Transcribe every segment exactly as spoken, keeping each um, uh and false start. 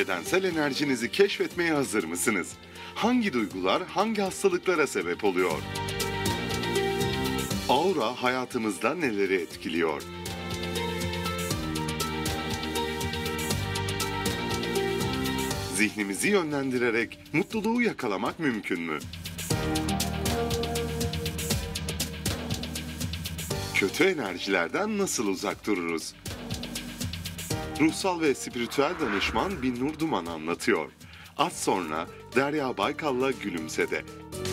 Bedensel enerjinizi keşfetmeye hazır mısınız? Hangi duygular hangi hastalıklara sebep oluyor? Aura hayatımızda neleri etkiliyor? Zihnimizi yönlendirerek mutluluğu yakalamak mümkün mü? Kötü enerjilerden nasıl uzak dururuz? Ruhsal ve spiritüel danışman Binnur Duman anlatıyor. Az sonra Derya Baykal'la Gülümse'de.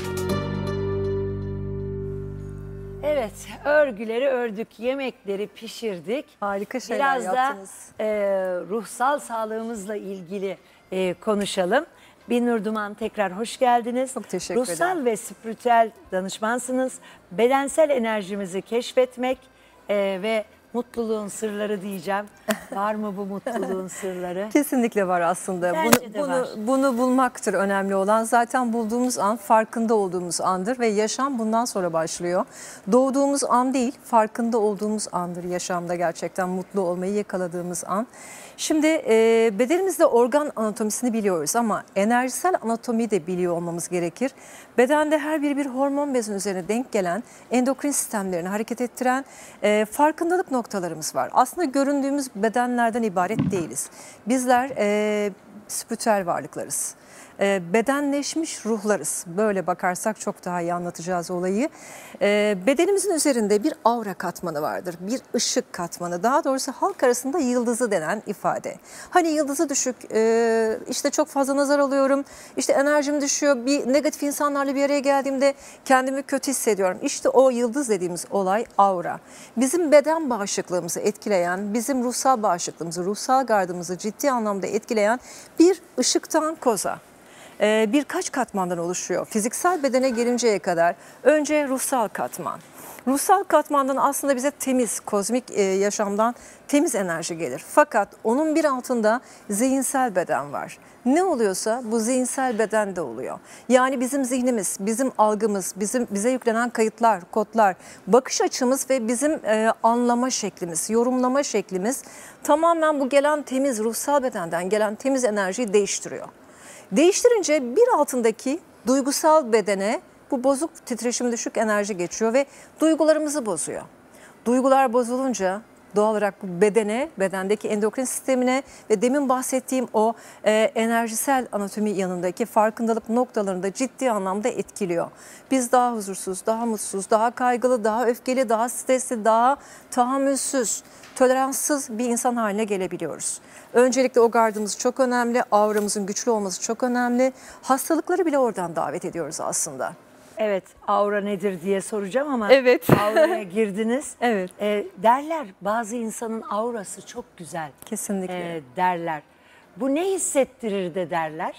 Evet, örgüleri ördük, yemekleri pişirdik. Harika şeyler Biraz yaptınız. da e, ruhsal sağlığımızla ilgili e, konuşalım. Binnur Duman, tekrar hoş geldiniz. Çok teşekkür Ruhsal ederim. ve spiritüel danışmansınız. Bedensel enerjimizi keşfetmek e, ve mutluluğun sırları diyeceğim. Var mı bu mutluluğun sırları? Kesinlikle var aslında. Bence Bunu, de bunu, var. bunu bulmaktır önemli olan. Zaten bulduğumuz an farkında olduğumuz andır ve yaşam bundan sonra başlıyor. Doğduğumuz an değil, farkında olduğumuz andır yaşamda gerçekten mutlu olmayı yakaladığımız an. Şimdi e, bedenimizde organ anatomisini biliyoruz ama enerjisel anatomiyi de biliyor olmamız gerekir. Bedende her biri bir hormon bezin üzerine denk gelen endokrin sistemlerini hareket ettiren e, farkındalık noktalarımız var. Aslında göründüğümüz bedenlerden ibaret değiliz. Bizler e, spiritüel varlıklarız. E, bedenleşmiş ruhlarız. Böyle bakarsak çok daha iyi anlatacağız olayı. E, bedenimizin üzerinde bir aura katmanı vardır. Bir ışık katmanı. Daha doğrusu halk arasında yıldızı denen ifade. Hani yıldızı düşük, e, işte çok fazla nazar alıyorum, işte enerjim düşüyor, bir negatif insanlarla bir araya geldiğimde kendimi kötü hissediyorum. İşte o yıldız dediğimiz olay aura. Bizim beden bağışıklığımızı etkileyen, bizim ruhsal bağışıklığımızı, ruhsal gardımızı ciddi anlamda etkileyen bir ışıktan koza. Birkaç katmandan oluşuyor. Fiziksel bedene gelinceye kadar önce ruhsal katman. Ruhsal katmandan aslında bize temiz, kozmik yaşamdan temiz enerji gelir. Fakat onun bir altında zihinsel beden var. Ne oluyorsa bu zihinsel bedende oluyor. Yani bizim zihnimiz, bizim algımız, bizim bize yüklenen kayıtlar, kodlar, bakış açımız ve bizim e, anlama şeklimiz, yorumlama şeklimiz tamamen bu gelen temiz ruhsal bedenden gelen temiz enerjiyi değiştiriyor. Değiştirince bir altındaki duygusal bedene bu bozuk, titreşim düşük enerji geçiyor ve duygularımızı bozuyor. Duygular bozulunca doğal olarak bu bedene, bedendeki endokrin sistemine ve demin bahsettiğim o e, enerjisel anatomi yanındaki farkındalık noktalarını da ciddi anlamda etkiliyor. Biz daha huzursuz, daha mutsuz, daha kaygılı, daha öfkeli, daha stresli, daha tahammülsüz, toleranssız bir insan haline gelebiliyoruz. Öncelikle o gardımız çok önemli, auramızın güçlü olması çok önemli. Hastalıkları bile oradan davet ediyoruz aslında. Evet, aura nedir diye soracağım ama Evet. auraya girdiniz. Evet. E, derler, bazı insanın aurası çok güzel. Kesinlikle. E, derler. Bu ne hissettirir de derler?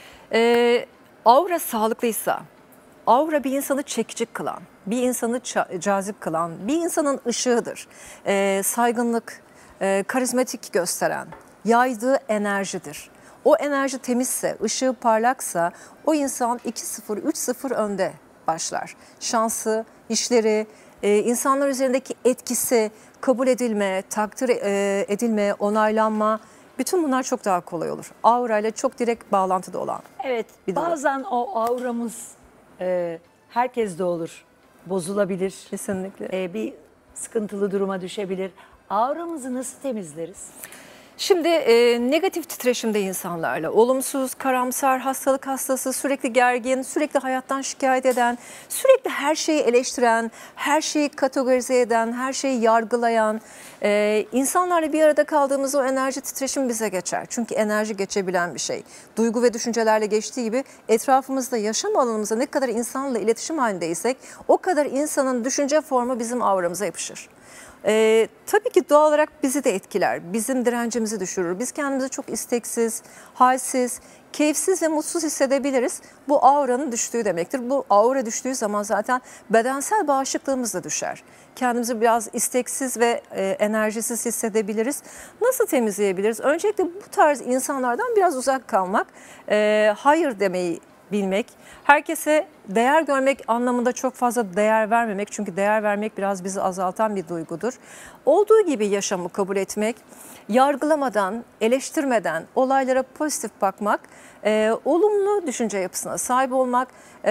Ee, aura sağlıklıysa, aura bir insanı çekici kılan, bir insanı ça- cazip kılan, bir insanın ışığıdır. Ee, saygınlık, e, karizmatik gösteren, yaydığı enerjidir. O enerji temizse, ışığı parlaksa o insan iki sıfır, üç sıfır önde başlar. Şansı, işleri, e, insanlar üzerindeki etkisi, kabul edilme, takdir e, edilme, onaylanma, bütün bunlar çok daha kolay olur. Aura ile çok direkt bağlantıda olan. Evet, Bir de o. bazen o auramız e, herkeste olur, bozulabilir. Kesinlikle. E, bir sıkıntılı duruma düşebilir. Auramızı nasıl temizleriz? Şimdi e, negatif titreşimde insanlarla, olumsuz, karamsar, hastalık hastası, sürekli gergin, sürekli hayattan şikayet eden, sürekli her şeyi eleştiren, her şeyi kategorize eden, her şeyi yargılayan e, insanlarla bir arada kaldığımız o enerji titreşim bize geçer. Çünkü enerji geçebilen bir şey. Duygu ve düşüncelerle geçtiği gibi etrafımızda, yaşam alanımızda ne kadar insanla iletişim halindeysek o kadar insanın düşünce formu bizim auramıza yapışır. Ee, tabii ki doğal olarak bizi de etkiler, bizim direncimizi düşürür. Biz kendimizi çok isteksiz, halsiz, keyifsiz ve mutsuz hissedebiliriz. Bu auranın düştüğü demektir. Bu aura düştüğü zaman zaten bedensel bağışıklığımız da düşer. Kendimizi biraz isteksiz ve e, enerjisiz hissedebiliriz. Nasıl temizleyebiliriz? Öncelikle bu tarz insanlardan biraz uzak kalmak, e, hayır demeyi bilmek, herkese değer görmek anlamında çok fazla değer vermemek. Çünkü değer vermek biraz bizi azaltan bir duygudur. Olduğu gibi yaşamı kabul etmek, yargılamadan, eleştirmeden olaylara pozitif bakmak, e, olumlu düşünce yapısına sahip olmak, e,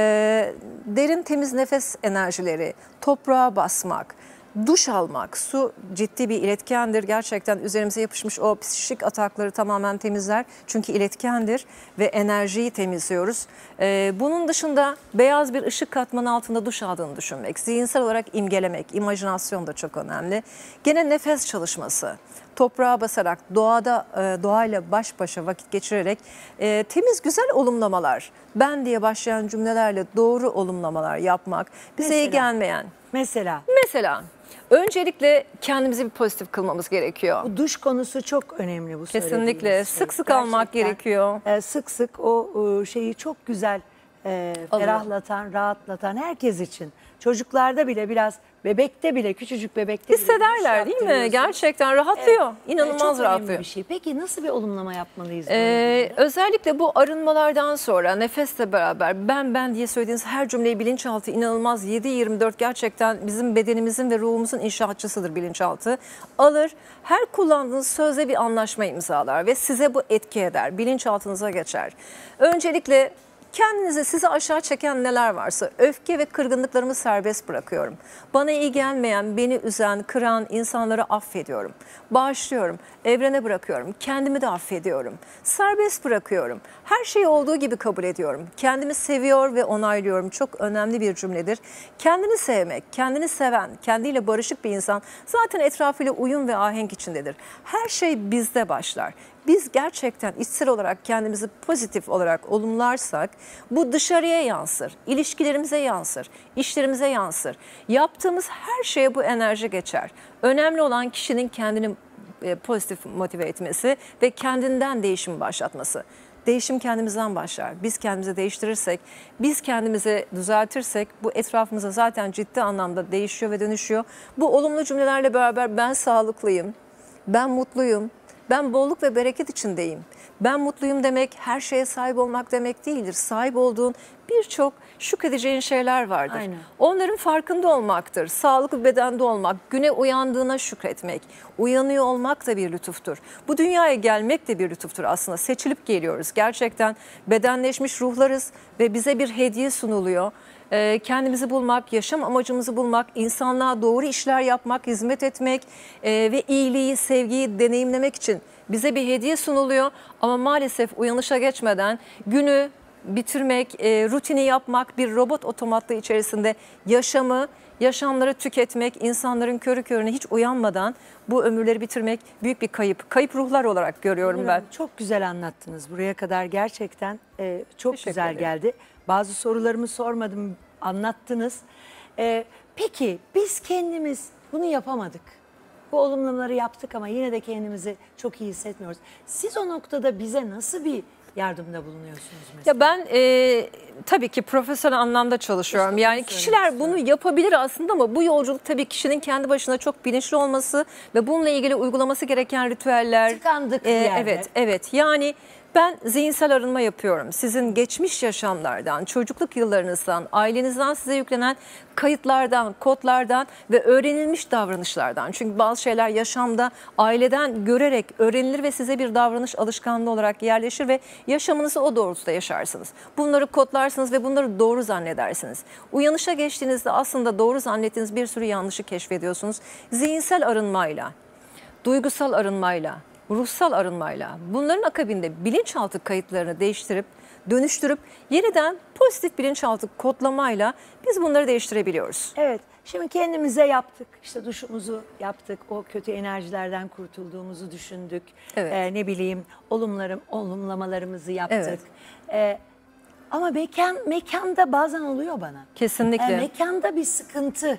derin temiz nefes enerjileri, toprağa basmak, duş almak, su ciddi bir iletkendir. Gerçekten üzerimize yapışmış o psikik atakları tamamen temizler. Çünkü iletkendir ve enerjiyi temizliyoruz. Ee, bunun dışında beyaz bir ışık katmanı altında duş aldığını düşünmek, zihinsel olarak imgelemek, imajinasyon da çok önemli. Gene nefes çalışması. Toprağa basarak, doğada e, doğayla baş başa vakit geçirerek e, temiz güzel olumlamalar, ben diye başlayan cümlelerle doğru olumlamalar yapmak, bize Mesela? iyi gelmeyen. Mesela Mesela öncelikle kendimizi bir pozitif kılmamız gerekiyor. bu duş konusu çok önemli bu Kesinlikle. söylediğiniz şey. Sık sık almak Gerçekten, gerekiyor. e, sık sık o e, şeyi çok güzel e, Alıyor. ferahlatan, rahatlatan herkes için. Çocuklarda bile biraz, bebekte bile, küçücük bebekte bile Hissederler duş değil mi? yaptırıyorsunuz. Gerçekten rahatlıyor. Evet, İnanılmaz çok önemli rahatlıyor. bir şey. Peki nasıl bir olumlama yapmalıyız? bunun Ee, durumunda? özellikle bu arınmalardan sonra nefesle beraber ben ben diye söylediğiniz her cümleyi bilinçaltı inanılmaz yedi yirmi dört gerçekten bizim bedenimizin ve ruhumuzun inşaatçısıdır bilinçaltı. Alır, her kullandığınız sözle bir anlaşma imzalar ve size bu etki eder. Bilinçaltınıza geçer. Öncelikle kendinize sizi aşağı çeken neler varsa öfke ve kırgınlıklarımı serbest bırakıyorum. Bana iyi gelmeyen, beni üzen, kıran insanları affediyorum. Bağışlıyorum, evrene bırakıyorum, kendimi de affediyorum. Serbest bırakıyorum. Her şeyi olduğu gibi kabul ediyorum. Kendimi seviyor ve onaylıyorum. Çok önemli bir cümledir. Kendini sevmek, kendini seven, kendiyle barışık bir insan zaten etrafıyla uyum ve ahenk içindedir. Her şey bizde başlar. Biz gerçekten içsel olarak kendimizi pozitif olarak olumlarsak bu dışarıya yansır, ilişkilerimize yansır, işlerimize yansır. Yaptığımız her şeye bu enerji geçer. Önemli olan kişinin kendini e, pozitif motive etmesi ve kendinden değişim başlatması. Değişim kendimizden başlar. Biz kendimizi değiştirirsek, biz kendimizi düzeltirsek bu etrafımıza zaten ciddi anlamda değişiyor ve dönüşüyor. Bu olumlu cümlelerle beraber ben sağlıklıyım, ben mutluyum, ben bolluk ve bereket içindeyim. Ben mutluyum demek her şeye sahip olmak demek değildir. Sahip olduğun birçok şükredeceğin şeyler vardır. Aynen. Onların farkında olmaktır. Sağlıklı bir bedende olmak, güne uyandığına şükretmek, uyanıyor olmak da bir lütuftur. Bu dünyaya gelmek de bir lütuftur aslında. Seçilip geliyoruz. Gerçekten bedenleşmiş ruhlarız ve bize bir hediye sunuluyor. Ee, kendimizi bulmak, yaşam amacımızı bulmak, insanlığa doğru işler yapmak, hizmet etmek e, ve iyiliği, sevgiyi deneyimlemek için bize bir hediye sunuluyor. Ama maalesef uyanışa geçmeden günü bitirmek, e, rutini yapmak, bir robot otomatlığı içerisinde yaşamı, yaşamları tüketmek, insanların körü körüne hiç uyanmadan bu ömürleri bitirmek büyük bir kayıp. Kayıp ruhlar olarak görüyorum ben. Çok güzel anlattınız. Buraya kadar gerçekten e, çok Teşekkür güzel ederim. geldi. Bazı sorularımı sormadım, anlattınız. E, peki biz kendimiz bunu yapamadık. Bu olumlamaları yaptık ama yine de kendimizi çok iyi hissetmiyoruz. Siz o noktada bize nasıl bir yardımda bulunuyorsunuz mesela? Ya ben e, tabii ki profesyonel anlamda çalışıyorum. İşte onu Yani kişiler söylemek bunu yapabilir aslında ama bu yolculuk tabii kişinin kendi başına çok bilinçli olması ve bununla ilgili uygulaması gereken ritüeller. Tıkandık bir e, yerde. Evet, evet. Yani ben zihinsel arınma yapıyorum. Sizin geçmiş yaşamlardan, çocukluk yıllarınızdan, ailenizden size yüklenen kayıtlardan, kodlardan ve öğrenilmiş davranışlardan. Çünkü bazı şeyler yaşamda aileden görerek öğrenilir ve size bir davranış alışkanlığı olarak yerleşir ve yaşamınızı o doğrultuda yaşarsınız. Bunları kodlarsınız ve bunları doğru zannedersiniz. Uyanışa geçtiğinizde aslında doğru zannettiğiniz bir sürü yanlışı keşfediyorsunuz. Zihinsel arınmayla, duygusal arınmayla, ruhsal arınmayla bunların akabinde bilinçaltı kayıtlarını değiştirip dönüştürüp yeniden pozitif bilinçaltı kodlamayla biz bunları değiştirebiliyoruz. Evet. Şimdi kendimize yaptık. İşte duşumuzu yaptık. O kötü enerjilerden kurtulduğumuzu düşündük. Evet. Ee, ne bileyim olumlarım, olumlamalarımızı yaptık. Evet. Ee, ama mekan mekanda bazen oluyor bana. Kesinlikle Ee, mekanda bir sıkıntı.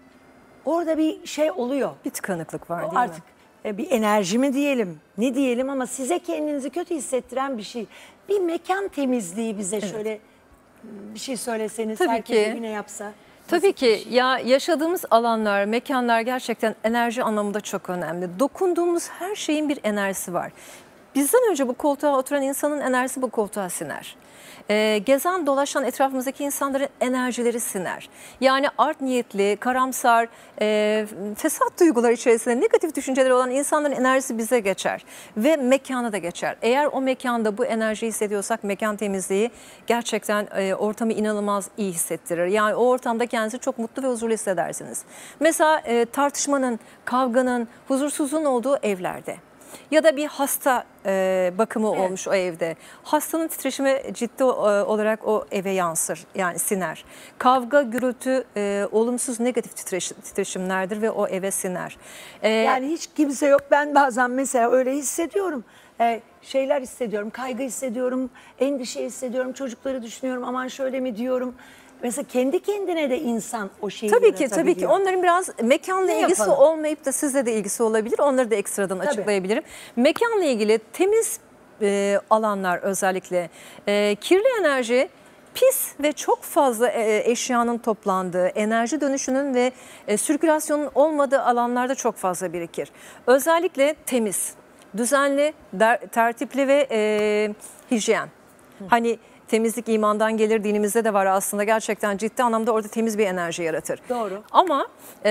Orada bir şey oluyor. bir tıkanıklık var O değil artık mi? e, bir enerji mi diyelim, ne diyelim ama size kendinizi kötü hissettiren bir şey. Bir mekan temizliği bize şöyle bir şey söyleseniz, Tabii herkes ki. evine yapsa. Tabii ki ya yaşadığımız alanlar, mekanlar gerçekten enerji anlamında çok önemli. Dokunduğumuz her şeyin bir enerjisi var. bizden önce bu koltuğa oturan insanın enerjisi bu koltuğa siner. Ee, gezen dolaşan etrafımızdaki insanların enerjileri siner. Yani art niyetli, karamsar, e, fesat duygular içerisinde negatif düşünceleri olan insanların enerjisi bize geçer. Ve mekana da geçer. Eğer o mekanda bu enerjiyi hissediyorsak mekan temizliği gerçekten e, ortamı inanılmaz iyi hissettirir. Yani o ortamda kendinizi çok mutlu ve huzurlu hissedersiniz. Mesela e, tartışmanın, kavganın, huzursuzluğun olduğu evlerde. Ya da bir hasta e, bakımı evet. olmuş o evde. Hastanın titreşimi ciddi e, olarak o eve yansır, yani siner. Kavga, gürültü e, olumsuz negatif titreş, titreşimlerdir ve o eve siner. E, yani hiç kimse yok. Ben bazen mesela öyle hissediyorum. E, şeyler hissediyorum, kaygı hissediyorum, endişe hissediyorum, çocukları düşünüyorum, aman şöyle mi diyorum. Mesela kendi kendine de insan o şeyi Tabii ki tabii ki onların biraz mekanla ne ilgisi yapalım? olmayıp da sizle de ilgisi olabilir. Onları da ekstradan tabii. açıklayabilirim. Mekanla ilgili temiz e, alanlar özellikle e, kirli enerji, pis ve çok fazla e, eşyanın toplandığı, enerji dönüşünün ve e, sirkülasyonun olmadığı alanlarda çok fazla birikir. Özellikle temiz, düzenli, der, tertipli ve e, hijyen. Hı. Hani temizlik imandan gelir, dinimizde de var aslında, gerçekten ciddi anlamda orada temiz bir enerji yaratır. Doğru. Ama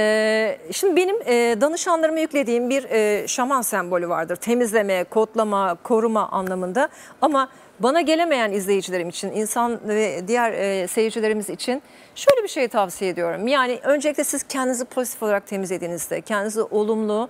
e, şimdi benim e, danışanlarıma yüklediğim bir e, şaman sembolü vardır. Temizleme, kodlama, koruma anlamında. Ama bana gelemeyen izleyicilerim için, insan ve diğer e, seyircilerimiz için şöyle bir şey tavsiye ediyorum. Yani öncelikle siz kendinizi pozitif olarak temizlediğinizde, kendinizi olumlu,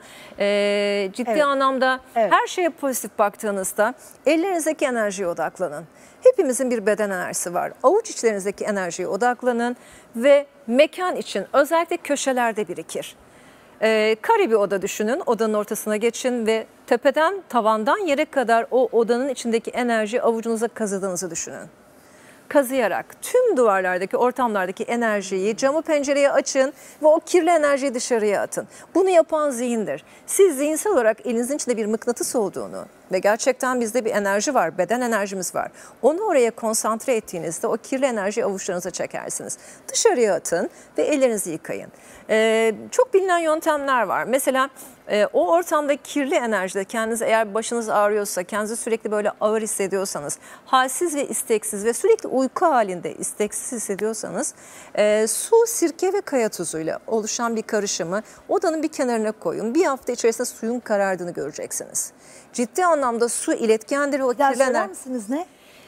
e, ciddi evet. anlamda evet. her şeye pozitif baktığınızda ellerinizdeki enerjiye odaklanın. Hepimizin bir beden enerjisi var. Avuç içlerinizdeki enerjiye odaklanın ve mekan için özellikle köşelerde birikir. Ee, kare bir oda düşünün, odanın ortasına geçin ve tepeden tavandan yere kadar o odanın içindeki enerjiyi avucunuza kazıdığınızı düşünün. Kazıyarak tüm duvarlardaki, ortamlardaki enerjiyi camı pencereye açın ve o kirli enerjiyi dışarıya atın. Bunu yapan zihindir. Siz zihinsel olarak elinizin içinde bir mıknatıs olduğunu ve gerçekten bizde bir enerji var, beden enerjimiz var. Onu oraya konsantre ettiğinizde o kirli enerjiyi avuçlarınıza çekersiniz. Dışarıya atın ve ellerinizi yıkayın. Ee, çok bilinen yöntemler var. Mesela e, o ortamda kirli enerjide kendiniz, eğer başınız ağrıyorsa, kendinizi sürekli böyle ağır hissediyorsanız, halsiz ve isteksiz ve sürekli uyku halinde isteksiz hissediyorsanız e, su, sirke ve kaya tuzuyla oluşan bir karışımı odanın bir kenarına koyun. Bir hafta içerisinde suyun karardığını göreceksiniz. Ciddi anlamda su iletkendir. O kirli enerji. Misiniz ne?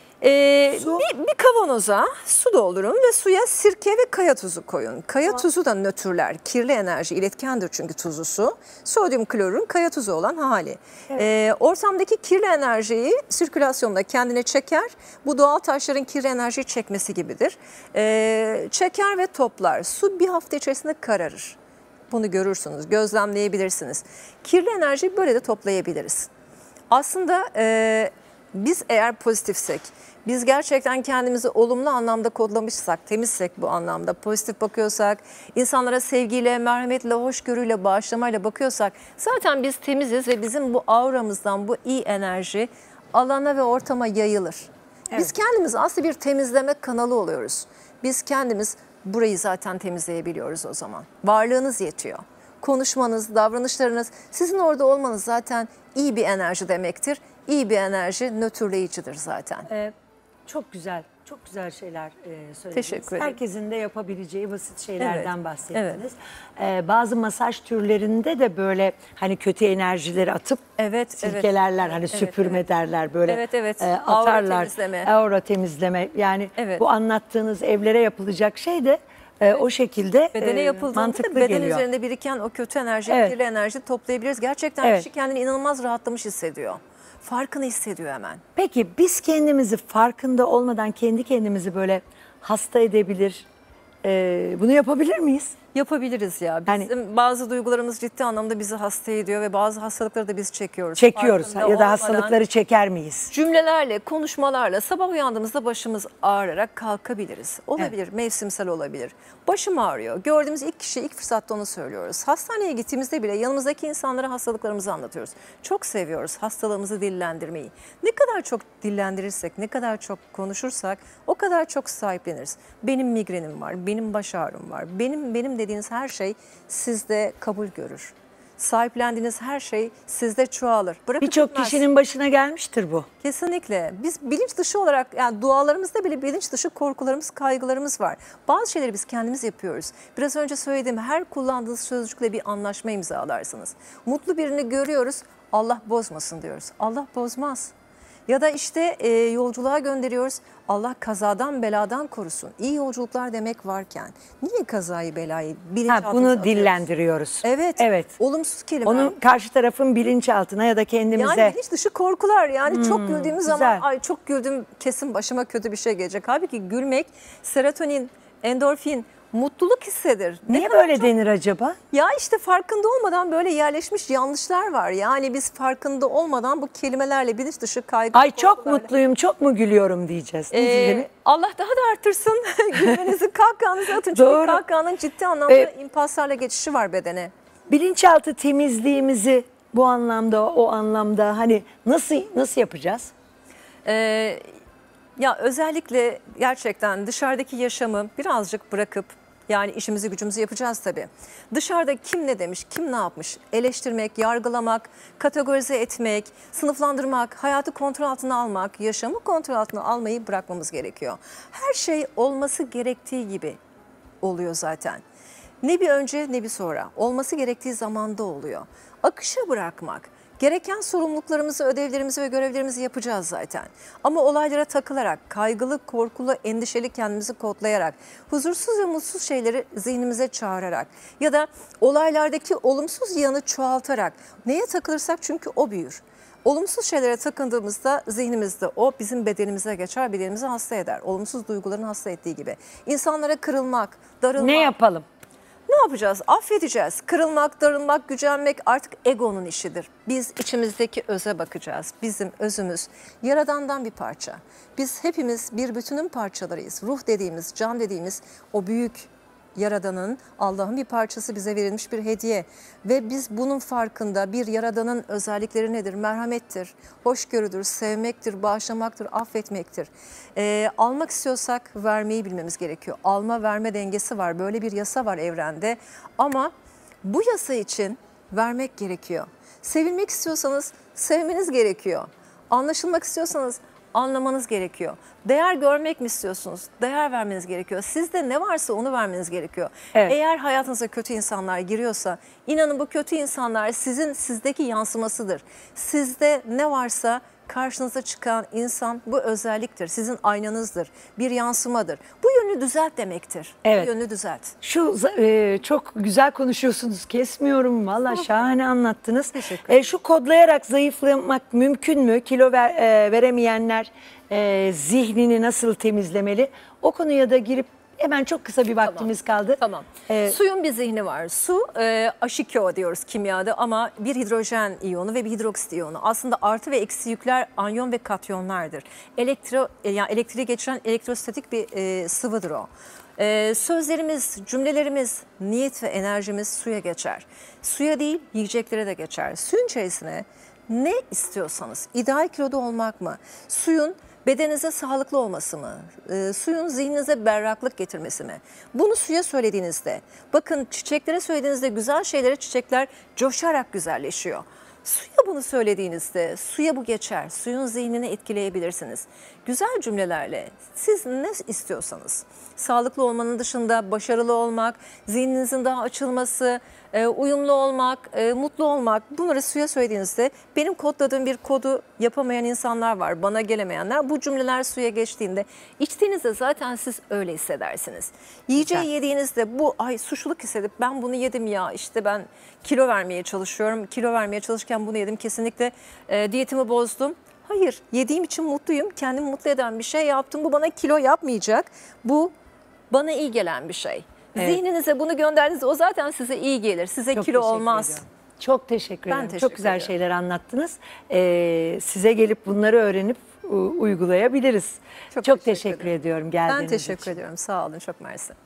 Ee, bir, bir kavanoza su doldurun ve suya sirke ve kaya tuzu koyun. Kaya tamam. tuzu da nötrler, kirli enerji, iletkendir çünkü tuzlu su. Sodyum klorun kaya tuzu olan hali. Evet. Ee, ortamdaki kirli enerjiyi sirkülasyonda kendine çeker. Bu doğal taşların kirli enerjiyi çekmesi gibidir. Ee, çeker ve toplar. Su bir hafta içerisinde kararır. Bunu görürsünüz, gözlemleyebilirsiniz. Kirli enerjiyi böyle de toplayabiliriz. Aslında e, biz eğer pozitifsek, biz gerçekten kendimizi olumlu anlamda kodlamışsak, temizsek, bu anlamda pozitif bakıyorsak, insanlara sevgiyle, merhametle, hoşgörüyle, bağışlamayla bakıyorsak zaten biz temiziz ve bizim bu auramızdan bu iyi enerji alana ve ortama yayılır. Evet. Biz kendimiz aslında bir temizleme kanalı oluyoruz. Biz kendimiz burayı zaten temizleyebiliyoruz o zaman. Varlığınız yetiyor. Konuşmanız, davranışlarınız, sizin orada olmanız zaten iyi bir enerji demektir. İyi bir enerji nötrleyicidir zaten. Ee, çok güzel, çok güzel şeyler e, söylediniz. Teşekkür ederim. Herkesin de yapabileceği basit şeylerden evet, bahsettiniz. Evet. Ee, bazı masaj türlerinde de böyle hani kötü enerjileri atıp evet, silkelerler, evet, hani evet, süpürme evet. derler böyle evet, evet. E, atarlar. Aura temizleme. Aura temizleme. Yani evet. bu anlattığınız evlere yapılacak şey de Evet. o şekilde bedene yapıldığında mantıklı beden geliyor. üzerinde biriken o kötü enerji, evet. kirli enerji toplayabiliriz. Gerçekten evet. kişi kendini inanılmaz rahatlamış hissediyor. Farkını hissediyor hemen. Peki biz kendimizi farkında olmadan kendi kendimizi böyle hasta edebilir, e, bunu yapabilir miyiz? Yapabiliriz ya. Bizim yani, bazı duygularımız ciddi anlamda bizi hasta ediyor ve bazı hastalıkları da biz çekiyoruz. Çekiyoruz farkında ya da hastalıkları çeker miyiz? Cümlelerle, konuşmalarla sabah uyandığımızda başımız ağrırarak kalkabiliriz. Olabilir, evet. mevsimsel olabilir. Başım ağrıyor. Gördüğümüz ilk kişi ilk fırsatta onu söylüyoruz. Hastaneye gittiğimizde bile yanımızdaki insanlara hastalıklarımızı anlatıyoruz. Çok seviyoruz hastalığımızı dillendirmeyi. Ne kadar çok dillendirirsek, ne kadar çok konuşursak o kadar çok sahipleniriz. Benim migrenim var, benim baş ağrım var, benim benim dediğiniz her şey sizde kabul görür. Sahiplendiğiniz her şey sizde çoğalır. Bırakıp Birçok gitmez. kişinin başına gelmiştir bu. Kesinlikle. Biz bilinç dışı olarak, yani dualarımızda bile bilinç dışı korkularımız, kaygılarımız var. Bazı şeyleri biz kendimiz yapıyoruz. Biraz önce söylediğim her kullandığınız sözcükle bir anlaşma imzalarsınız. Mutlu birini görüyoruz, Allah bozmasın diyoruz. Allah bozmaz. Ya da işte e, yolculuğa gönderiyoruz. Allah kazadan beladan korusun. İyi yolculuklar demek varken niye kazayı belayı Ha, bilinçaltımıza bunu atıyoruz? dillendiriyoruz. Evet. Evet. Olumsuz kelime. Onun karşı tarafın bilinçaltına ya da kendimize. Yani bilinç dışı korkular, yani çok güldüğümüz güzel. zaman ay çok güldüm, kesin başıma kötü bir şey gelecek. Halbuki gülmek serotonin, endorfin, mutluluk hissidir. Ne Niye kadar böyle çok- denir acaba? Ya işte farkında olmadan böyle yerleşmiş yanlışlar var. Yani biz farkında olmadan bu kelimelerle bilinç dışı kaygı. Ay çok korkularla- mutluyum, çok mu gülüyorum diyeceğiz. Ne Ee, diyelim? Allah daha da artırsın. Gülmenizi, kahkahanızı atın. Çünkü Doğru. kahkahanın ciddi anlamda Ee, impulslarla geçişi var bedene. Bilinçaltı temizliğimizi bu anlamda, o anlamda hani nasıl nasıl yapacağız? Ee, ya özellikle gerçekten dışarıdaki yaşamı birazcık bırakıp, yani işimizi gücümüzü yapacağız tabii. Dışarıda kim ne demiş, kim ne yapmış eleştirmek, yargılamak, kategorize etmek, sınıflandırmak, hayatı kontrol altına almak, yaşamı kontrol altına almayı bırakmamız gerekiyor. Her şey olması gerektiği gibi oluyor zaten. Ne bir önce ne bir sonra. Olması gerektiği zamanda oluyor. Akışa bırakmak. Gereken sorumluluklarımızı, ödevlerimizi ve görevlerimizi yapacağız zaten. Ama olaylara takılarak, kaygılı, korkulu, endişeli kendimizi kodlayarak, huzursuz ve mutsuz şeyleri zihnimize çağırarak ya da olaylardaki olumsuz yanı çoğaltarak neye takılırsak çünkü o büyür. Olumsuz şeylere takındığımızda zihnimizde o bizim bedenimize geçer, bedenimizi hasta eder. Olumsuz duyguların hasta ettiği gibi. İnsanlara kırılmak, darılmak. Ne yapalım? Ne yapacağız? Affedeceğiz. Kırılmak, darılmak, gücenmek artık egonun işidir. Biz içimizdeki öze bakacağız. Bizim özümüz Yaradan'dan bir parça. Biz hepimiz bir bütünün parçalarıyız. Ruh dediğimiz, can dediğimiz o büyük Yaradan'ın, Allah'ın bir parçası, bize verilmiş bir hediye. Ve biz bunun farkında. Bir Yaradan'ın özellikleri nedir? Merhamettir, hoşgörüdür, sevmektir, bağışlamaktır, affetmektir. Ee, almak istiyorsak vermeyi bilmemiz gerekiyor. Alma verme dengesi var. Böyle bir yasa var evrende. Ama bu yasa için vermek gerekiyor. Sevilmek istiyorsanız sevmeniz gerekiyor. Anlaşılmak istiyorsanız anlamanız gerekiyor. Değer görmek mi istiyorsunuz? Değer vermeniz gerekiyor. Sizde ne varsa onu vermeniz gerekiyor. Evet. Eğer hayatınıza kötü insanlar giriyorsa, inanın bu kötü insanlar sizin sizdeki yansımasıdır. Sizde ne varsa karşınıza çıkan insan bu özelliktir. Sizin aynanızdır. Bir yansımadır. Bu yönünü düzelt demektir. Evet. Bu yönünü düzelt. Şu e, çok güzel konuşuyorsunuz. Kesmiyorum. Valla şahane anlattınız. Teşekkür E, şu kodlayarak zayıflamak mümkün mü? Kilo ver, e, veremeyenler e, zihnini nasıl temizlemeli? O konuya da girip hemen çok kısa bir vaktimiz kaldı. Tamam. E, Suyun bir zihni var. Su e, H iki O diyoruz kimyada ama bir hidrojen iyonu ve bir hidroksit iyonu. Aslında artı ve eksi yükler anyon ve katyonlardır. Elektro, e, yani elektriği geçiren elektrostatik bir e, sıvıdır o. E, sözlerimiz, cümlelerimiz, niyet ve enerjimiz suya geçer. Suya değil yiyeceklere de geçer. Suyun içerisine ne istiyorsanız, ideal kiloda olmak mı? Suyun bedeninize sağlıklı olması mı? E, suyun zihninize berraklık getirmesi mi? Bunu suya söylediğinizde, bakın çiçeklere söylediğinizde güzel şeylere çiçekler coşarak güzelleşiyor. Suya bunu söylediğinizde suya bu geçer. Suyun zihnini etkileyebilirsiniz. Güzel cümlelerle siz ne istiyorsanız, sağlıklı olmanın dışında başarılı olmak, zihninizin daha açılması, e, uyumlu olmak, e, mutlu olmak, bunları suya söylediğinizde benim kodladığım bir kodu yapamayan insanlar var, bana gelemeyenler. Bu cümleler suya geçtiğinde içtiğinizde zaten siz öyle hissedersiniz. Yiyeceği Güzel. yediğinizde bu ay suçluluk hissedip ben bunu yedim ya işte ben kilo vermeye çalışıyorum. Kilo vermeye çalışırken bunu yedim kesinlikle e, diyetimi bozdum. Hayır, yediğim için mutluyum. Kendimi mutlu eden bir şey yaptım. Bu bana kilo yapmayacak. Bu bana iyi gelen bir şey. Evet. Zihninize bunu gönderdiğinizde o zaten size iyi gelir. Size Çok kilo teşekkür olmaz. ediyorum. Çok teşekkür Ben ederim. teşekkür Çok güzel ediyorum. şeyler anlattınız. Ee, size gelip bunları öğrenip u- uygulayabiliriz. Çok, Çok teşekkür teşekkür ederim. ediyorum geldiğiniz Ben teşekkür için. ediyorum. Sağ olun. Çok mersi.